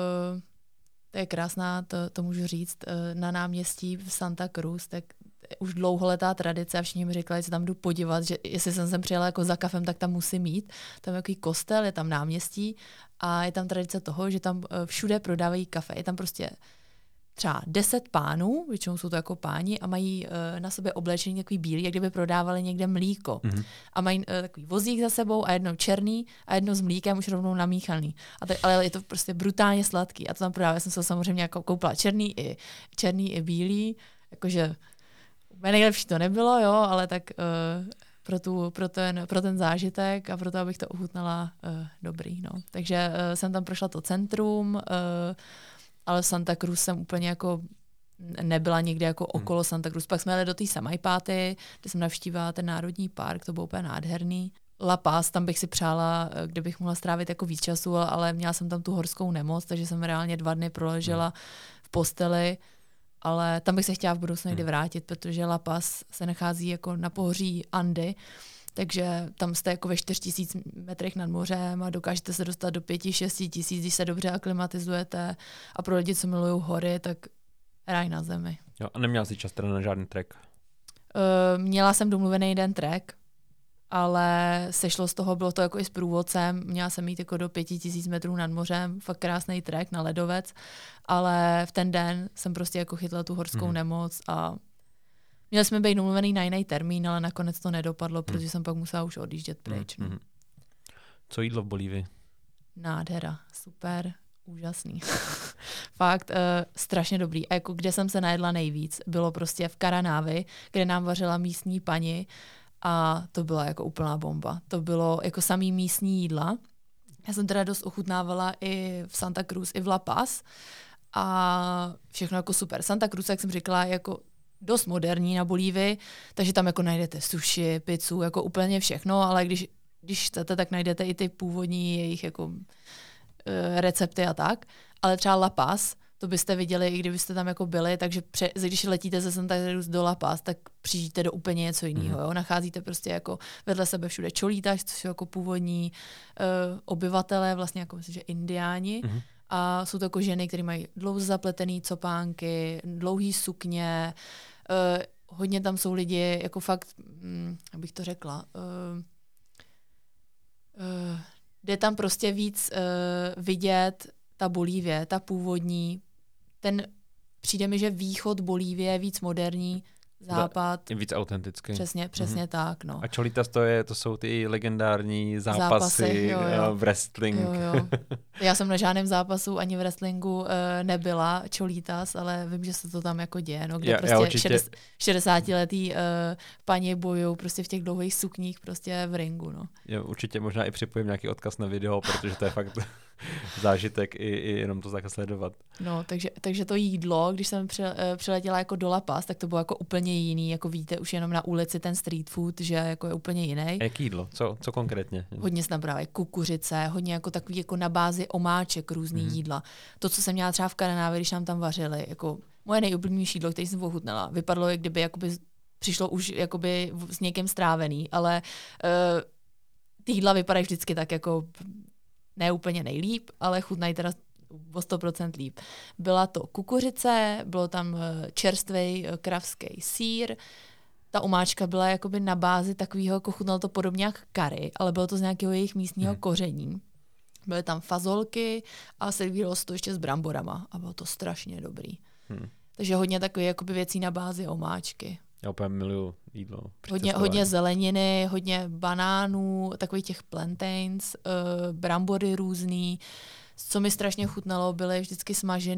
to je krásná, to můžu říct, na náměstí v Santa Cruz, tak už dlouholetá tradice a všichni mi říkali, že se tam jdu podívat, že jestli jsem sem přijela jako za kafem, tak tam musím mít. Tam je takový kostel, je tam náměstí a je tam tradice toho, že tam všude prodávají kafe. Je tam prostě třeba 10 pánů, většinou jsou to jako páni, a mají na sobě oblečení takový bílý, jak kdyby prodávali někde mlíko. A mají takový vozík za sebou a jedno černý a jedno s mlíkem už rovnou namíchaný. Ale je to prostě brutálně sladký. A to tam prodává. Já jsem se samozřejmě jako koupila černý i bílý. Jakože úplně nejlepší to nebylo, jo, ale tak pro ten zážitek a pro to, abych to ochutnala, dobrý. No. Takže jsem tam prošla to centrum, ale v Santa Cruz jsem úplně jako nebyla nikde jako okolo Santa Cruz. Pak jsme jeli do té Samaipáty, kde jsem navštívila ten národní park, to bylo úplně nádherný. La Paz, tam bych si přála, kde bych mohla strávit jako víc času, ale měla jsem tam tu horskou nemoc, takže jsem reálně 2 dny proležela v posteli, ale tam bych se chtěla v budoucnu někdy vrátit, protože La Paz se nachází jako na pohoří Andy, takže tam jste jako ve 4000 metrech nad mořem a dokážete se dostat do 5-6 tisíc, když se dobře aklimatizujete, a pro lidi, co milují hory, tak ráj na zemi. Jo, a neměla jsi čas teda na žádný trek? Měla jsem domluvený jeden trek, ale sešlo z toho, bylo to jako i s průvodcem, měla jsem jít jako do 5000 metrů nad mořem, fakt krásný trek na ledovec, ale v ten den jsem prostě jako chytla tu horskou nemoc a měli jsme být domluvený na jiný termín, ale nakonec to nedopadlo, protože jsem pak musela už odjíždět pryč. Co jídlo v Bolívii? Nádhera, super, úžasný. Fakt strašně dobrý. A jako kde jsem se najedla nejvíc, bylo prostě v Caranávi, kde nám vařila místní paní, a to byla jako úplná bomba. To bylo jako samý místní jídla. Já jsem teda dost ochutnávala i v Santa Cruz, i v La Paz. A všechno jako super. Santa Cruz, jak jsem říkala, jako dost moderní na Bolívii, takže tam jako najdete sushi, pizzu, jako úplně všechno, ale když chcete, tak najdete i ty původní jejich jako recepty a tak. Ale třeba La Paz, to byste viděli, i kdybyste tam jako byli, takže když letíte ze Santa Cruz do La Paz, tak přijíždíte do úplně něco jiného. Jo? Nacházíte prostě jako vedle sebe všude Cholitas, což jsou jako původní obyvatelé, vlastně jako myslím, že indiáni. A jsou to jako ženy, které mají dlouze zapletený copánky, dlouhý sukně, hodně tam jsou lidi, jako fakt, jak bych to řekla, jde tam prostě víc vidět ta Bolívie, ta původní, přijde mi, že východ Bolívie je víc moderní, západ. Víc autentický. Přesně tak, no. A Cholitas to jsou ty legendární zápasy v wrestlingu. Jo. Já jsem na žádném zápasu ani v wrestlingu nebyla Cholitas, ale vím, že se to tam jako děje, no, kde prostě 60letý paní bojují prostě v těch dlouhých sukních prostě v ringu, no. Já určitě možná i připojím nějaký odkaz na video, protože to je fakt zážitek i jenom to takhle sledovat. No, takže to jídlo, když jsem přiletěla jako do La Paz, tak to bylo jako úplně jiný, jako vidíte už jenom na ulici ten street food, že jako je úplně jiný. A jaký jídlo? Co konkrétně? Hodně se tam právě kukuřice, hodně jako takový jako na bázi omáček různý jídla. To, co jsem měla třeba v Caranávi, když nám tam vařili, jako moje nejoblíbenější jídlo, které jsem ochutnala, vypadalo, jak kdyby jakoby přišlo už jakoby s někým strávený, ale ty jídla vypadají vždycky tak jako ne úplně nejlíp, ale chutnají teda o 100% líp. Byla to kukuřice, bylo tam čerstvý kravský sýr, ta omáčka byla jakoby na bázi takového, jako chutnalo to podobně jak curry, ale bylo to z nějakého jejich místního koření. Byly tam fazolky a servírovalo se to ještě s bramborama a bylo to strašně dobrý. Takže hodně takových jakoby věcí na bázi omáčky. Já úplně miluju jídlo. Hodně zeleniny, hodně banánů, takových těch plantains, brambory různý. Co mi strašně chutnalo, byly vždycky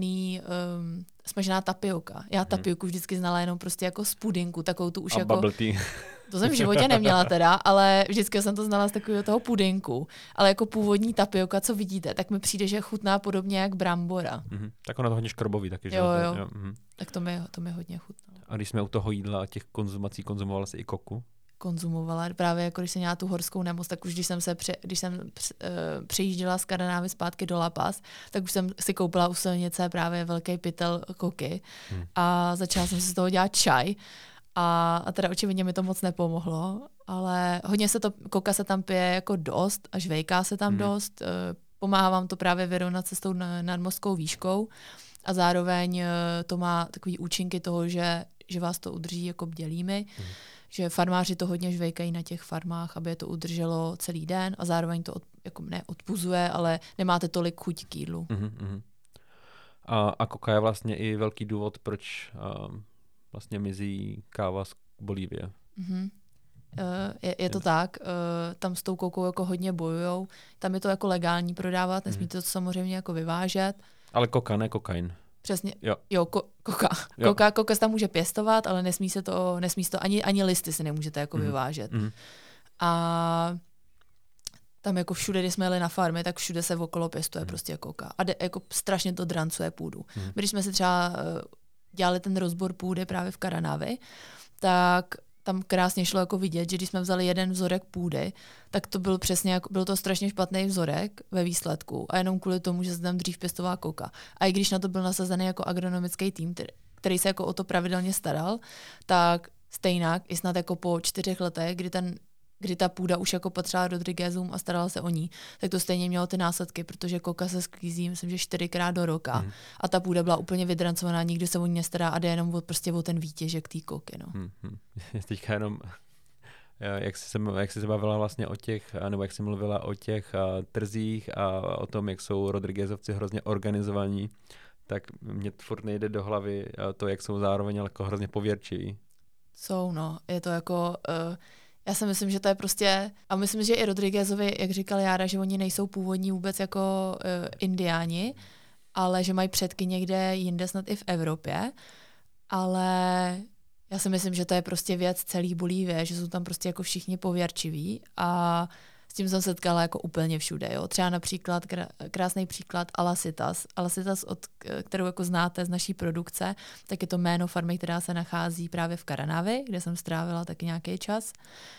smažená tapioka. Já tapioku vždycky znala jenom prostě jako z pudinku, takovou tu už a jako... bubble tea. To jsem v životě neměla teda, ale vždycky jsem to znala z takového toho pudinku. Ale jako původní tapioka, co vidíte, tak mi přijde, že chutná podobně jak brambora. Tak ono to hodně škrobový taky, že? Jo. Tak to mi hodně chutnalo. A když jsme u toho jídla a těch konzumací, konzumovala jsi i koku? Konzumovala. Právě jako když jsem měla tu horskou nemoc, tak už když jsem přejížděla z Caranávy zpátky do La Paz, tak už jsem si koupila u silnice právě velký pytel koky a začala jsem si z toho dělat čaj. A teda očividně mi to moc nepomohlo, ale hodně koka se tam pije jako dost a žvejká se tam dost. Pomáhá vám to právě vyrovnat se s tou nadmořskou výškou a zároveň to má takový účinky toho, že vás to udrží jako bdělými, že farmáři to hodně žvejkají na těch farmách, aby je to udrželo celý den a zároveň to jako neodpuzuje, ale nemáte tolik chuť k jídlu. A koka je vlastně i velký důvod, proč vlastně mizí káva z Bolívie. Mm-hmm. Je to tak, tam s tou kokou jako hodně bojujou, tam je to jako legální prodávat, nesmí to samozřejmě jako vyvážet. Ale koka, ne kokain. Přesně, jo koka. Jo. Koka se tam může pěstovat, ale nesmí se to ani listy si nemůžete jako vyvážet. A tam jako všude, kdy jsme jeli na farmy, tak všude se okolo pěstuje prostě koka. A jako strašně to drancuje půdu. My, když jsme si třeba dělali ten rozbor půdy právě v Karanávi, tak tam krásně šlo jako vidět, že když jsme vzali jeden vzorek půdy, tak to byl přesně jako, byl to strašně špatný vzorek ve výsledku a jenom kvůli tomu, že se tam dřív pěstovala koka. A i když na to byl nasazený jako agronomický tým, který se jako o to pravidelně staral, tak stejnak i snad jako po 4 letech, kdy ta půda už jako patřila Rodriguezům a starala se o ní, tak to stejně mělo ty následky, protože koka se sklízí, myslím, že 4krát do roka a ta půda byla úplně vydrancovaná, nikdo se o ní nestará a jde jenom prostě o ten výtěžek té koky. No. Teďka jenom, jak jsi se bavila vlastně o těch, nebo jak jsi mluvila o těch trzích a o tom, jak jsou Rodriguezovci hrozně organizovaní, tak mě furt nejde do hlavy to, jak jsou zároveň jako hrozně pověrčiví. Je to jako... Já si myslím, že to je prostě, a myslím, že i Rodriguezovi, jak říkal Jára, že oni nejsou původní vůbec jako indiáni, ale že mají předky někde jinde, snad i v Evropě, ale já si myslím, že to je prostě věc celý Bolívie, že jsou tam prostě jako všichni pověrčiví a s tím jsem setkala jako úplně všude. Jo. Třeba například, krásný příklad Alasitas. Alasitas, kterou jako znáte z naší produkce, tak je to jméno farmy, která se nachází právě v Karanávi, kde jsem strávila taky nějaký čas.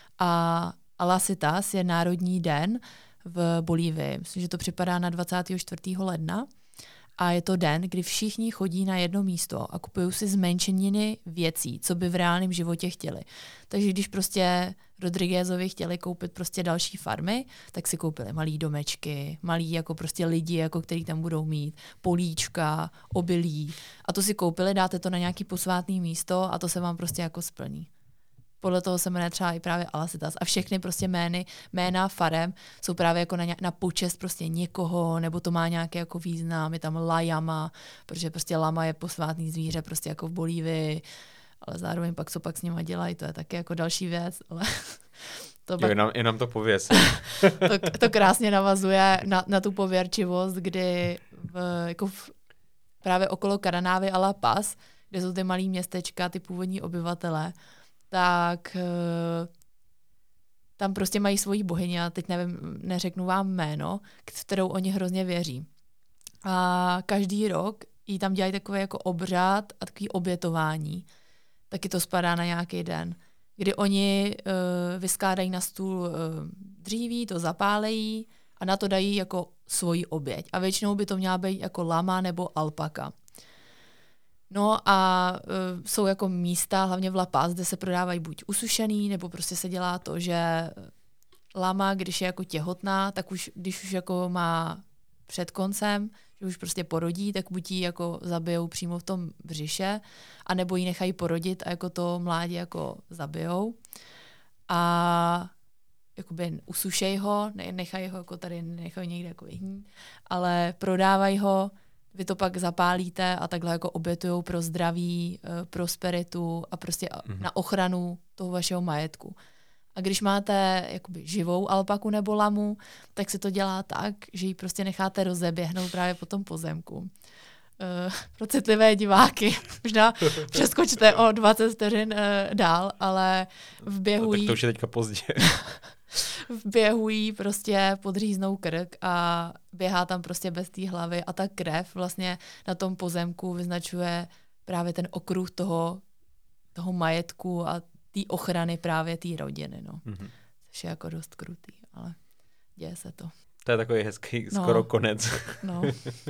A Alasitas je národní den v Bolívii. Myslím, že to připadá na 24. ledna. A je to den, kdy všichni chodí na jedno místo a kupují si zmenšeniny věcí, co by v reálném životě chtěli. Takže když prostě Rodriguezovi chtěli koupit prostě další farmy, tak si koupili malý domečky, malý jako prostě lidi, jako který tam budou mít, políčka, obilí. A to si koupili, dáte to na nějaký posvátný místo a to se vám prostě jako splní. Podle toho se jmenuje třeba i právě Alasitas. A všechny prostě jména farem jsou právě jako na počest prostě někoho, nebo to má nějaký jako význam, je tam lajama, protože prostě lama je posvátný zvíře prostě jako v Bolívii, ale zároveň pak co pak s nima dělají, to je taky jako další věc, ale to pak... jenom to pověs. to krásně navazuje na tu pověrčivost, kdy právě okolo Karanávy a La Paz, kde jsou ty malý městečka, ty původní obyvatele, tak tam prostě mají svoji bohyni a teď neřeknu vám jméno, v kterou oni hrozně věří. A každý rok jí tam dělají takový jako obřad a takový obětování. Taky to spadá na nějaký den, kdy oni vyskládají na stůl dříví, to zapálejí a na to dají jako svoji oběť. A většinou by to měla být jako lama nebo alpaka. No a jsou jako místa, hlavně v La Paz, kde se prodávají buď usušený, nebo prostě se dělá to, že lama, když je jako těhotná, tak už, když už jako má před koncem, že už prostě porodí, tak buď ji jako zabijou přímo v tom břiše, anebo ji nechají porodit a jako to mládě jako zabijou. A jakoby usušej ho, nechají ho jako tady, nechají někde jako vyhnít, ale prodávají ho, vy to pak zapálíte a takhle jako obětujou pro zdraví, prosperitu a prostě na ochranu toho vašeho majetku. A když máte jakoby živou alpaku nebo lamu, tak se to dělá tak, že ji prostě necháte rozeběhnout právě po tom pozemku. Pro citlivé diváky možná přeskočte o 20 vteřin dál, ale v běhu tak to už je teďka pozdě. V běhu jí prostě podříznou krk a běhá tam prostě bez té hlavy a ta krev vlastně na tom pozemku vyznačuje právě ten okruh toho majetku a té ochrany právě té rodiny. No. Což je jako dost krutý, ale děje se to. To je takový hezký skoro konec. No.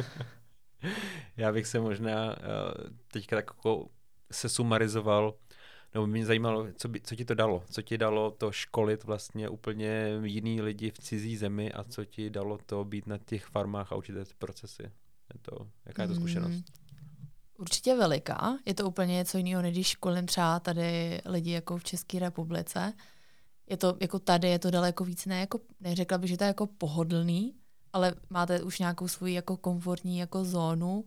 Já bych se možná teďka tak jako se sumarizoval, nebo mě zajímalo, co ti to dalo. Co ti dalo to školit vlastně úplně jiný lidi v cizí zemi a co ti dalo to být na těch farmách a učit ty procesy. Jaká je to zkušenost? Určitě veliká. Je to úplně něco jiného, než když školím třeba tady lidi jako v České republice. Je to jako tady, je to daleko víc, neřekla bych, že to je jako pohodlný, ale máte už nějakou svoji jako komfortní jako zónu,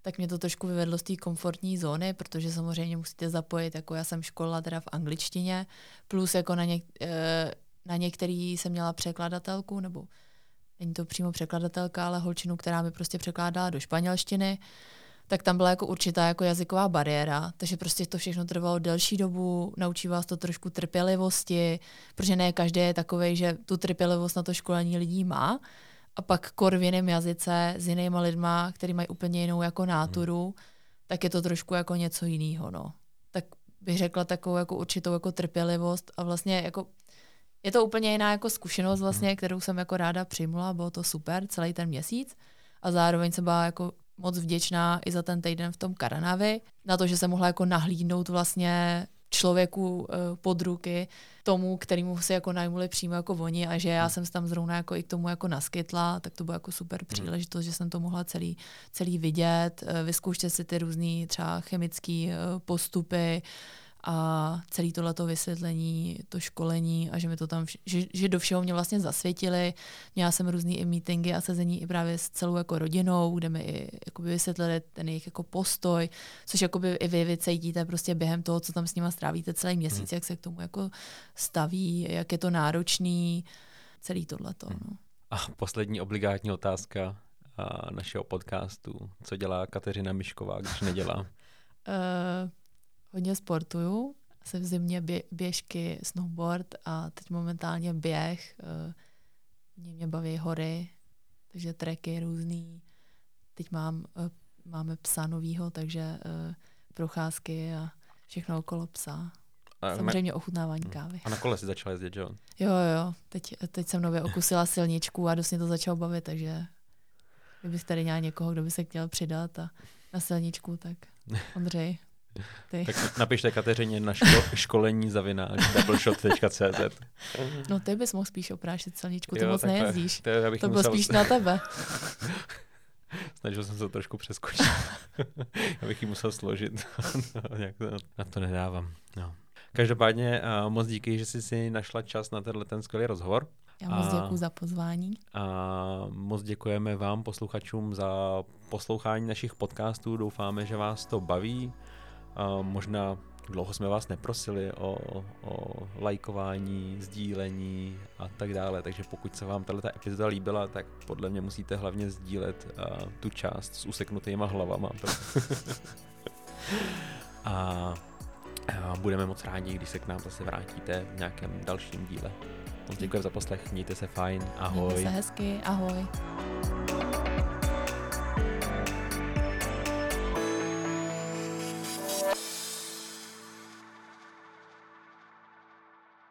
tak mě to trošku vyvedlo z té komfortní zóny, protože samozřejmě musíte zapojit, jako já jsem školila teda v angličtině, plus jako na některý jsem měla překladatelku, nebo není to přímo překladatelka, ale holčinu, která mi prostě překládala do španělštiny, tak tam byla jako určitá jako jazyková bariéra, takže prostě to všechno trvalo delší dobu, naučí vás to trošku trpělivosti, protože ne každý je takovej, že tu trpělivost na to školení lidí má, a pak kor v jiném jazyce s jinýma lidma, který mají úplně jinou jako náturu, tak je to trošku jako něco jiného, no. Tak bych řekla takovou jako určitou jako trpělivost a vlastně jako je to úplně jiná jako zkušenost vlastně, kterou jsem jako ráda přijmula, bylo to super celý ten měsíc a zároveň jsem byla jako moc vděčná i za ten týden v tom Caranavi, na to, že jsem mohla jako nahlídnout vlastně člověku pod ruky, tomu, kterýmu si jako najmuli přímo jako oni a že já jsem se tam zrovna jako i k tomu jako naskytla, tak to bylo jako super příležitost, že jsem to mohla celý vidět, vyzkoušet si ty různý třeba chemické postupy a celé tohleto vysvětlení, to školení a že mi to tam, že do všeho mě vlastně zasvětili. Měla jsem různý i meetingy a sezení i právě s celou jako rodinou, kde mi i jakoby vysvětlili ten jejich jako postoj, což jakoby i vy cítíte prostě během toho, co tam s nima strávíte celý měsíc, jak se k tomu jako staví, jak je to náročný, celý tohleto. No. A poslední obligátní otázka našeho podcastu. Co dělá Kateřina Mišková, když nedělá? Hodně sportuju, se v zimě běžky, snowboard a teď momentálně běh. Mě baví hory, takže treky různý. Teď máme psa novýho, takže procházky a všechno okolo psa. Samozřejmě ochutnávání kávy. A na kole si začala jezdit, že jo? Jo. Teď jsem nově okusila silničku a dost mě to začalo bavit, takže kdybych tady měla někoho, kdo by se chtěl přidat a na silničku, tak Ondřej. Ty. Tak napište Kateřině na školení@doubleshot.cz. No ty bys mohl spíš oprášit silničku, ty moc nejezdíš. To bylo spíš na tebe. Snažil jsem se trošku přeskočit. Abych ji musel složit. Na to nedávám. No. Každopádně moc díky, že jsi si našla čas na ten skvělý rozhovor. Já moc děkuji za pozvání. A moc děkujeme vám, posluchačům, za poslouchání našich podcastů. Doufáme, že vás to baví. Možná dlouho jsme vás neprosili o lajkování, sdílení a tak dále, takže pokud se vám tato epizoda líbila, tak podle mě musíte hlavně sdílet tu část s useknutýma hlavama. a budeme moc rádi, když se k nám zase vrátíte v nějakém dalším díle. Moc děkuji za poslech, mějte se fajn, ahoj. Mějte se hezky, ahoj.